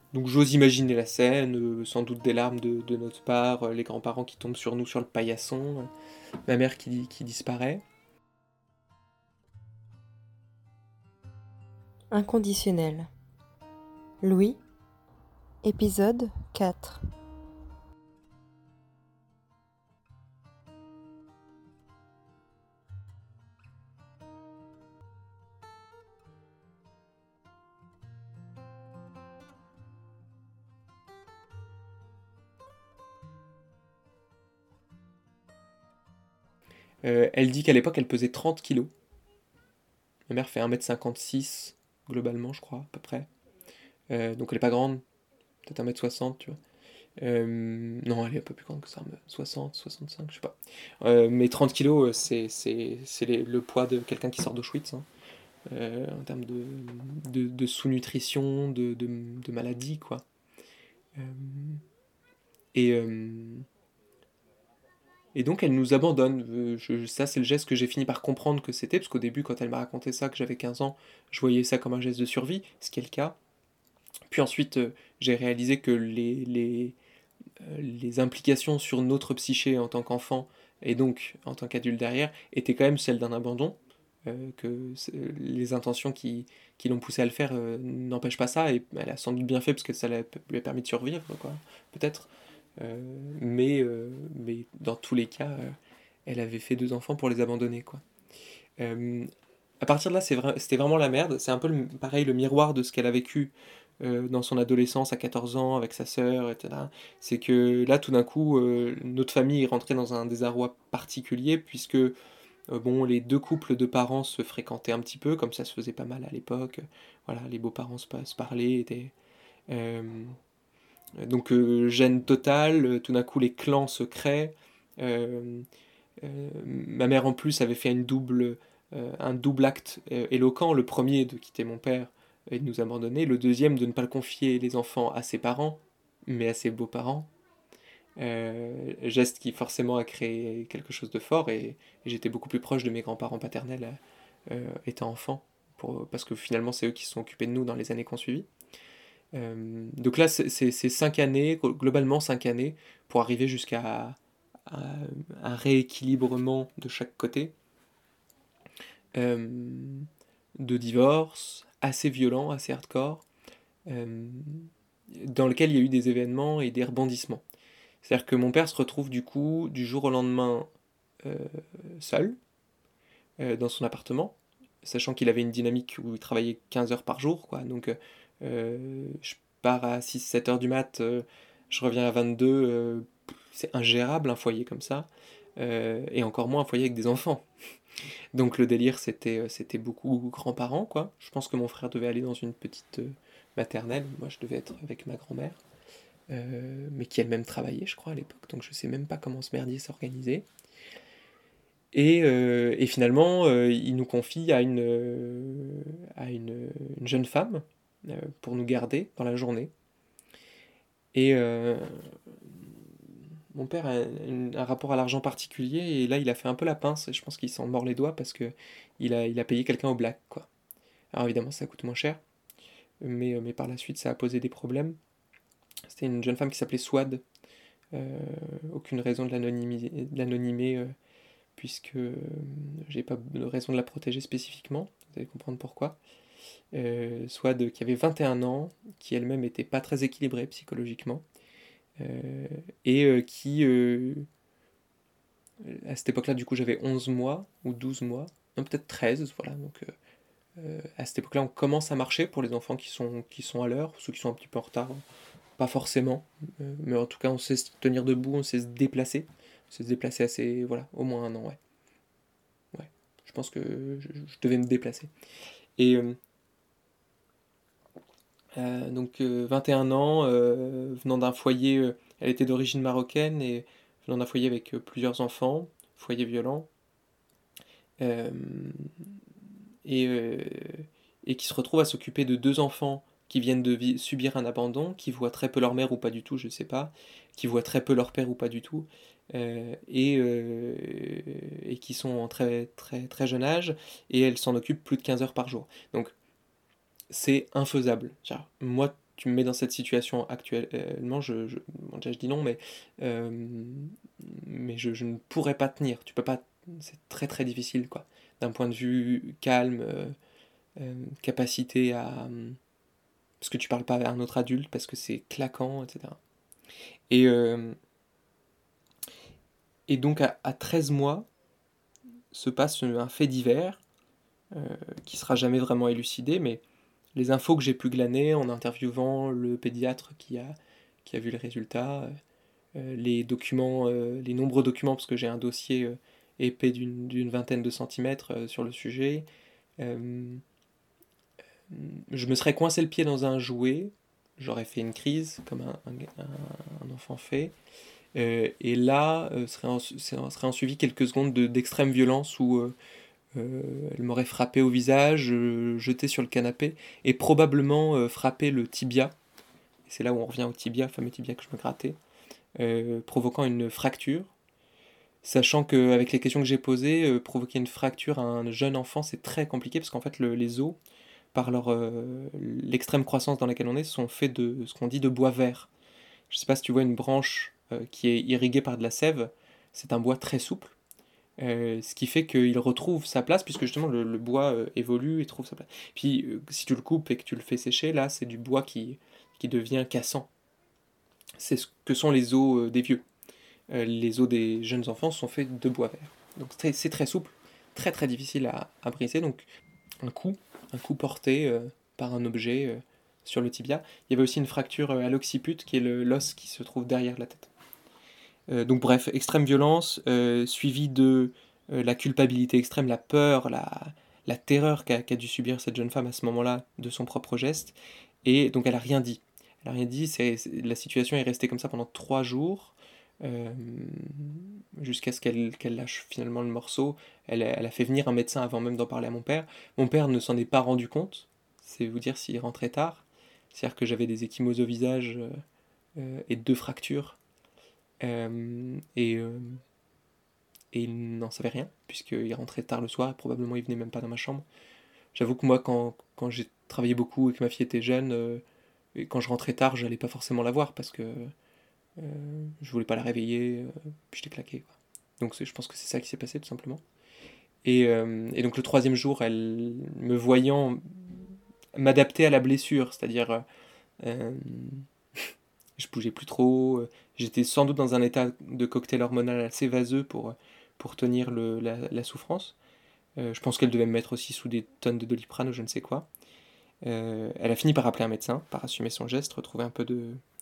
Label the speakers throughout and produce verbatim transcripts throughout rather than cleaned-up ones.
Speaker 1: Donc j'ose imaginer la scène, euh, sans doute des larmes de, de notre part, euh, les grands-parents qui tombent sur nous sur le paillasson, euh, ma mère qui, qui disparaît.
Speaker 2: Inconditionnel. Louis, épisode quatre.
Speaker 1: Euh, elle dit qu'à l'époque, elle pesait trente kilos. Ma mère fait un mètre cinquante-six, globalement, je crois, à peu près. Euh, donc elle est pas grande, peut-être un mètre soixante, tu vois. Euh, non, elle est un peu plus grande que ça, soixante, soixante-cinq, je sais pas. Euh, mais trente kilos, euh, c'est, c'est, c'est les- le poids de quelqu'un qui sort d'Auschwitz, hein. Euh, en termes de, de, de sous-nutrition, de, de, de maladie, quoi. Euh, et, euh, et donc elle nous abandonne. Euh, je- ça, c'est le geste que j'ai fini par comprendre que c'était, parce qu'au début, quand elle m'a raconté ça, que j'avais quinze ans, je voyais ça comme un geste de survie, ce qui est le cas. Puis ensuite, euh, j'ai réalisé que les, les, euh, les implications sur notre psyché en tant qu'enfant, et donc en tant qu'adulte derrière, étaient quand même celles d'un abandon. Euh, que les intentions qui, qui l'ont poussé à le faire euh, n'empêchent pas ça, et elle a sans doute bien fait parce que ça l'a- lui a permis de survivre, quoi, peut-être. Euh, mais, euh, mais dans tous les cas, euh, elle avait fait deux enfants pour les abandonner, quoi. Euh, à partir de là, c'est vrai, c'était vraiment la merde. C'est un peu le- pareil, le miroir de ce qu'elle a vécu euh, dans son adolescence à quatorze ans avec sa sœur, et cetera. C'est que là, tout d'un coup, euh, notre famille est rentrée dans un désarroi particulier, puisque euh, bon, les deux couples de parents se fréquentaient un petit peu, comme ça se faisait pas mal à l'époque. Voilà, les beaux-parents se, pa- se parlaient. Étaient, euh, donc, euh, gêne totale, euh, tout d'un coup, les clans se créent. Euh, euh, Ma mère en plus avait fait une double, euh, un double acte euh, éloquent, le premier de quitter mon père et de nous abandonner, le deuxième de ne pas le confier les enfants à ses parents, mais à ses beaux-parents. Euh, geste qui forcément a créé quelque chose de fort, et, et j'étais beaucoup plus proche de mes grands-parents paternels euh, étant enfant, pour, parce que finalement c'est eux qui se sont occupés de nous dans les années qui ont suivi. Euh, donc là c'est c'est- c'est cinq années, globalement cinq années, pour arriver jusqu'à à un rééquilibrement de chaque côté, euh, de divorce assez violent, assez hardcore, euh, dans lequel il y a eu des événements et des rebondissements. C'est-à-dire que mon père se retrouve du coup du jour au lendemain euh, seul euh, dans son appartement, sachant qu'il avait une dynamique où il travaillait quinze heures par jour, quoi. Donc euh, je pars à six sept heures du mat, euh, je reviens à vingt-deux, euh, c'est ingérable un foyer comme ça, euh, et encore moins un foyer avec des enfants. Donc le délire, c'était euh, c'était beaucoup grands-parents, quoi. Je pense que mon frère devait aller dans une petite euh, maternelle, moi je devais être avec ma grand-mère, euh, mais qui elle-même travaillait, je crois, à l'époque, donc je sais même pas comment ce merdier s'organisait. Et, euh, et finalement, euh, il nous confie à une, euh, à une, une jeune femme euh, pour nous garder dans la journée. Et euh, mon père a un, un rapport à l'argent particulier, et là il a fait un peu la pince, et je pense qu'il s'en mord les doigts parce que il a, il a payé quelqu'un au black, quoi. Alors évidemment, ça coûte moins cher, mais, euh, mais par la suite, ça a posé des problèmes. C'était une jeune femme qui s'appelait Swad. Euh, Aucune raison de l'anonymiser- de l'anonymer, euh, puisque euh, j'ai pas de raison de la protéger spécifiquement. Vous allez comprendre pourquoi. Euh, Swad qui avait vingt et un ans, qui elle-même était pas très équilibrée psychologiquement, euh, et euh, qui, euh, à cette époque-là, du coup, j'avais onze mois ou douze mois, non, peut-être treize, voilà. Donc euh, euh, à cette époque-là, on commence à marcher pour les enfants qui sont, qui sont à l'heure, ceux qui sont un petit peu en retard. Pas forcément, euh, mais en tout cas, on sait se tenir debout, on sait se déplacer. On sait se déplacer assez, voilà, au moins un an, ouais. Ouais. Je pense que je, je devais me déplacer. Et euh, euh, donc, euh, vingt et un ans, euh, venant d'un foyer, euh, elle était d'origine marocaine, et venant d'un foyer avec euh, plusieurs enfants, foyer violent, euh, et, euh, et qui se retrouve à s'occuper de deux enfants qui viennent de vi- subir un abandon, qui voient très peu leur mère ou pas du tout, je sais pas, qui voient très peu leur père ou pas du tout, euh, et, euh, et qui sont en très, très, très jeune âge, et elle s'en occupe plus de quinze heures par jour. Donc c'est infaisable. Moi, tu me mets dans cette situation actuellement, je, je, bon, déjà je dis non, mais, euh, mais je, je ne pourrais pas tenir. Tu peux pas, c'est très très difficile, quoi. D'un point de vue calme, euh, euh, capacité à... Parce que tu parles pas à un autre adulte, parce que c'est claquant, et cetera. Et, euh, et donc à, à treize mois se passe un fait divers euh, qui sera jamais vraiment élucidé, mais les infos que j'ai pu glaner en interviewant le pédiatre qui a, qui a vu le résultat, euh, les documents, euh, les nombreux documents, parce que j'ai un dossier euh, épais d'une, d'une vingtaine de centimètres euh, sur le sujet. Euh, je me serais coincé le pied dans un jouet, j'aurais fait une crise, comme un, un, un enfant fait. Euh, et là, euh, serait, en, serait en suivi quelques secondes de, d'extrême violence où euh, euh, elle m'aurait frappé au visage, euh, jeté sur le canapé, et probablement euh, frappé le tibia. C'est là où on revient au tibia, le fameux tibia que je me grattais, euh, provoquant une fracture. Sachant qu'avec les questions que j'ai posées, euh, provoquer une fracture à un jeune enfant, c'est très compliqué, parce qu'en fait, le, les os, par leur, euh, l'extrême croissance dans laquelle on est, sont faits de ce qu'on dit de bois vert. Je ne sais pas si tu vois une branche euh, qui est irriguée par de la sève, c'est un bois très souple, euh, ce qui fait qu'il retrouve sa place, puisque justement le, le bois euh, évolue et trouve sa place. Puis euh, si tu le coupes et que tu le fais sécher, là c'est du bois qui, qui devient cassant. C'est ce que sont les os euh, des vieux. Euh, les os des jeunes enfants sont faits de bois vert. Donc c'est, c'est très souple, très très difficile à, à briser. Donc un coup, un coup porté euh, par un objet euh, sur le tibia. Il y avait aussi une fracture euh, à l'occiput, qui est le, l'os qui se trouve derrière la tête. Euh, donc bref, extrême violence, euh, suivie de euh, la culpabilité extrême, la peur, la, la terreur qu'a, qu'a dû subir cette jeune femme à ce moment-là de son propre geste. Et donc elle a rien dit. Elle a rien dit, c'est, c'est- la situation est restée comme ça pendant trois jours, euh, jusqu'à ce qu'elle, qu'elle lâche finalement le morceau. Elle, a- elle a fait venir un médecin avant même d'en parler à mon père. Mon père ne s'en est pas rendu compte, c'est vous dire s'il rentrait tard. C'est-à-dire que j'avais des ecchymoses au visage euh, euh, et deux fractures. Euh, et, euh, et il n'en savait rien, puisqu'il rentrait tard le soir, et probablement il venait même pas dans ma chambre. J'avoue que moi, quand, quand j'ai travaillé beaucoup et que ma fille était jeune, euh, et quand je rentrais tard, j'allais pas forcément la voir, parce que euh, je voulais pas la réveiller, euh, puis j'étais claqué, quoi. Donc c'est- je pense que c'est ça qui s'est passé, tout simplement. Et, euh, et donc le troisième jour, elle, me voyant m'adapter à la blessure, c'est-à-dire euh, je bougeais plus trop, euh, j'étais sans doute dans un état de cocktail hormonal assez vaseux pour, pour tenir le, la, la souffrance. Euh, je pense qu'elle devait me mettre aussi sous des tonnes de doliprane ou je ne sais quoi. Euh, elle a fini par appeler un médecin, par assumer son geste, retrouver un peu de...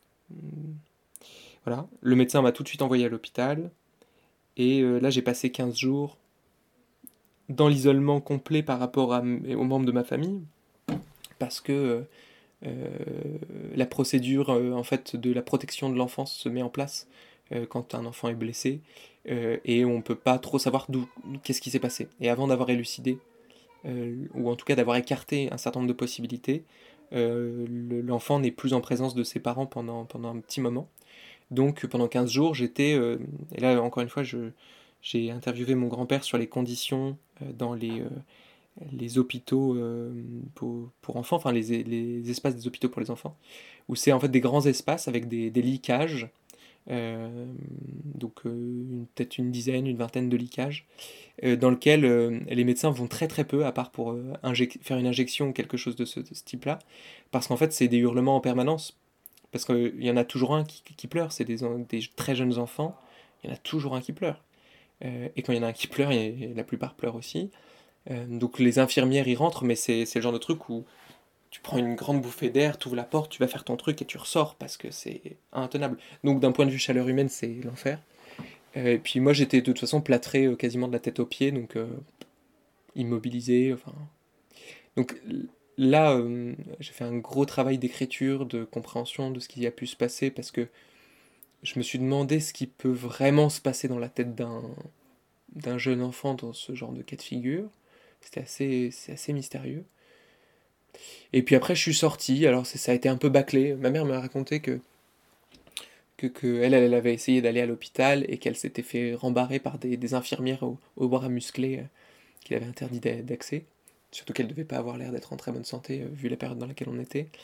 Speaker 1: Voilà. Le médecin m'a tout de suite envoyé à l'hôpital. Et euh, là, j'ai passé quinze jours dans l'isolement complet par rapport à, aux membres de ma famille. Parce que euh, la procédure euh, en fait, de la protection de l'enfance se met en place euh, quand un enfant est blessé. Euh, et on ne peut pas trop savoir d'où, qu'est-ce qui s'est passé. Et avant d'avoir élucidé, euh, ou en tout cas d'avoir écarté un certain nombre de possibilités, euh, le- l'enfant n'est plus en présence de ses parents pendant, pendant un petit moment. Donc pendant quinze jours, j'étais... euh, et là, encore une fois, je, j'ai interviewé mon grand-père sur les conditions euh, dans les, euh, les hôpitaux euh, pour, pour enfants, enfin les, les espaces des hôpitaux pour les enfants, où c'est en fait des grands espaces avec des, des lits cages, euh, donc euh, une- peut-être une dizaine, une vingtaine de lits cages, euh, dans lequel euh, les médecins vont très très peu, à part pour euh, injec- faire une injection ou quelque chose de ce, de ce type-là, parce qu'en fait c'est des hurlements en permanence, parce qu'il y en a toujours un qui, qui pleure, c'est des, en- des très jeunes enfants, il y en a toujours un qui pleure. Euh, et quand il y en a un qui pleure, et, et la plupart pleurent aussi. Euh, donc les infirmières y rentrent, mais c'est, c'est le genre de truc où tu prends une grande bouffée d'air, tu ouvres la porte, tu vas faire ton truc et tu ressors parce que c'est intenable. Donc d'un point de vue chaleur humaine, c'est l'enfer. Euh, et puis moi j'étais de toute façon plâtré euh, quasiment de la tête aux pieds, donc euh, immobilisé. Enfin. Donc là, euh, j'ai fait un gros travail d'écriture, de compréhension de ce qui a pu se passer parce que je me suis demandé ce qui peut vraiment se passer dans la tête d'un, d'un jeune enfant dans ce genre de cas de figure. C'était assez, c'est assez mystérieux. Et puis après, je suis sorti, alors ça a été un peu bâclé. Ma mère m'a raconté que, que, que elle, elle avait essayé d'aller à l'hôpital et qu'elle s'était fait rembarrer par des, des infirmières au, au bras musclés euh, qui l'avaient interdit d'accès. Surtout qu'elle devait pas avoir l'air d'être en très bonne santé, euh, vu la période dans laquelle on était.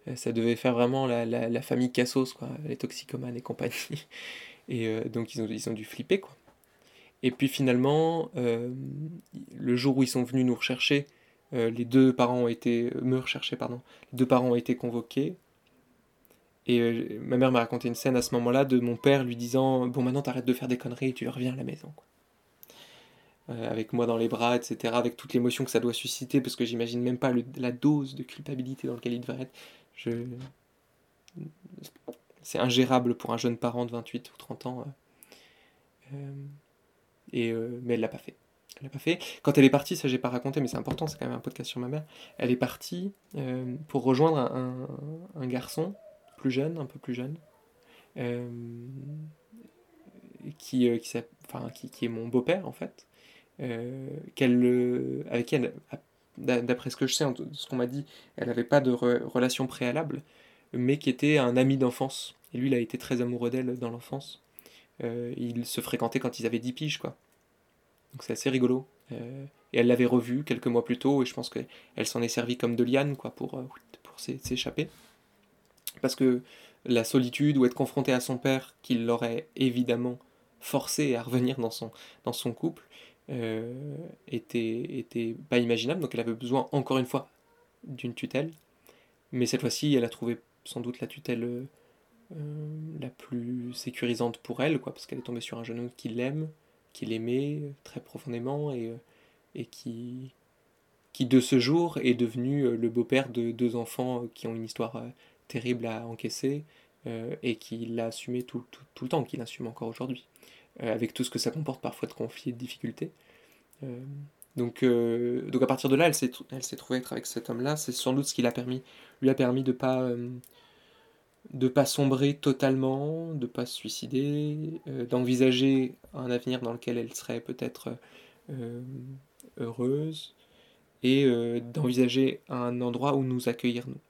Speaker 1: Euh, ça devait faire vraiment la, la, la famille Cassos, quoi, les toxicomanes et compagnie. Et euh, donc ils ont, ils ont dû flipper, quoi. Et puis finalement, euh, le jour où ils sont venus nous rechercher, euh, les deux parents ont été... me rechercher, pardon. Les deux parents ont été convoqués. Et euh, ma mère m'a raconté une scène à ce moment-là de mon père lui disant bon, maintenant t'arrêtes de faire des conneries et tu reviens à la maison, quoi. Euh, avec moi dans les bras, et cetera. Avec toute l'émotion que ça doit susciter, parce que j'imagine même pas le- la dose de culpabilité dans laquelle il devrait être. Je... C'est ingérable pour un jeune parent de vingt-huit ou trente ans. Euh, euh, et, euh, mais elle l'a pas fait. Elle l'a pas fait. Quand elle est partie, ça j'ai pas raconté, mais c'est important, c'est quand même un podcast sur ma mère. Elle est partie euh, pour rejoindre un, un, un garçon plus jeune, un peu plus jeune, euh, qui, euh, qui, s'app- enfin, qui, qui est mon beau-père en fait, euh, qu'elle, euh, avec qui elle, d'a- d'après ce que je sais, en- ce qu'on m'a dit, elle n'avait pas de re- relation préalable, mais qui était un ami d'enfance. Et lui, il a été très amoureux d'elle dans l'enfance. Euh, ils se fréquentaient quand ils avaient dix piges, quoi. Donc c'est assez rigolo. Euh, et elle l'avait revu quelques mois plus tôt, et je pense qu'elle s'en est servie comme de liane, quoi, pour, euh, pour s'é- s'échapper. Parce que la solitude ou être confronté à son père, qui l'aurait évidemment forcé à revenir dans son, dans son couple, euh, était, était pas imaginable. Donc elle avait besoin, encore une fois, d'une tutelle. Mais cette fois-ci, elle a trouvé sans doute la tutelle euh, la plus sécurisante pour elle, quoi, parce qu'elle est tombée sur un jeune homme qui l'aime, qui l'aimait euh, très profondément, et, euh, et qui, qui de ce jour est devenu euh, le beau-père de deux enfants euh, qui ont une histoire euh, terrible à encaisser, euh, et qui l'a assumé tout, tout, tout le temps, qui l'assume encore aujourd'hui, euh, avec tout ce que ça comporte parfois de conflits et de difficultés. Euh, donc, euh, donc à partir de là, elle s'est, elle s'est trouvée être avec cet homme-là. C'est sans doute ce qui l'a permis, lui a permis de pas, euh, de pas sombrer totalement, de pas se suicider, euh, d'envisager un avenir dans lequel elle serait peut-être euh, heureuse, et euh, d'envisager un endroit où nous accueillir, nous.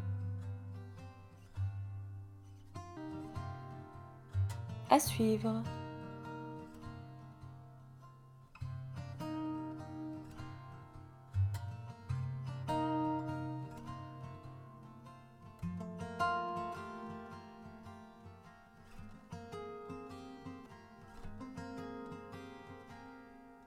Speaker 2: À suivre.